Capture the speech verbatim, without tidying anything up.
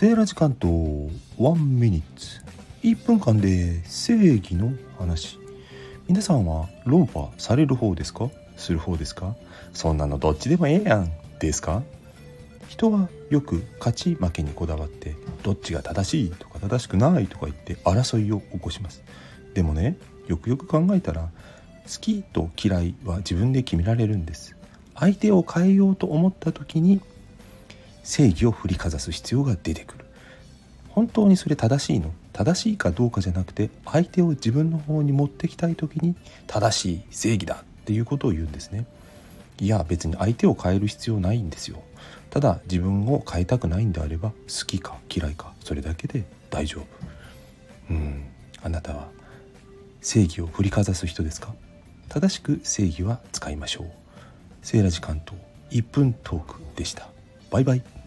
セーラ時間とワンミニッツいっぷんかんで正義の話。皆さんは論破される方ですか、する方ですか？そんなのどっちでもええやんですか？人はよく勝ち負けにこだわってどっちが正しいとか正しくないとか言って争いを起こします。でもね、よくよく考えたら好きと嫌いは自分で決められるんです。相手を変えようと思った時に正義を振りかざす必要が出てくる。本当にそれ正しいの？正しいかどうかじゃなくて、相手を自分の方に持ってきたい時に正しい正義だっていうことを言うんですね。いや別に相手を変える必要ないんですよ。ただ自分を変えたくないんであれば好きか嫌いかそれだけで大丈夫。うんあなたは正義を振りかざす人ですか？正しく正義は使いましょう。セーラ時間といっぷんトークでした。バイバイ。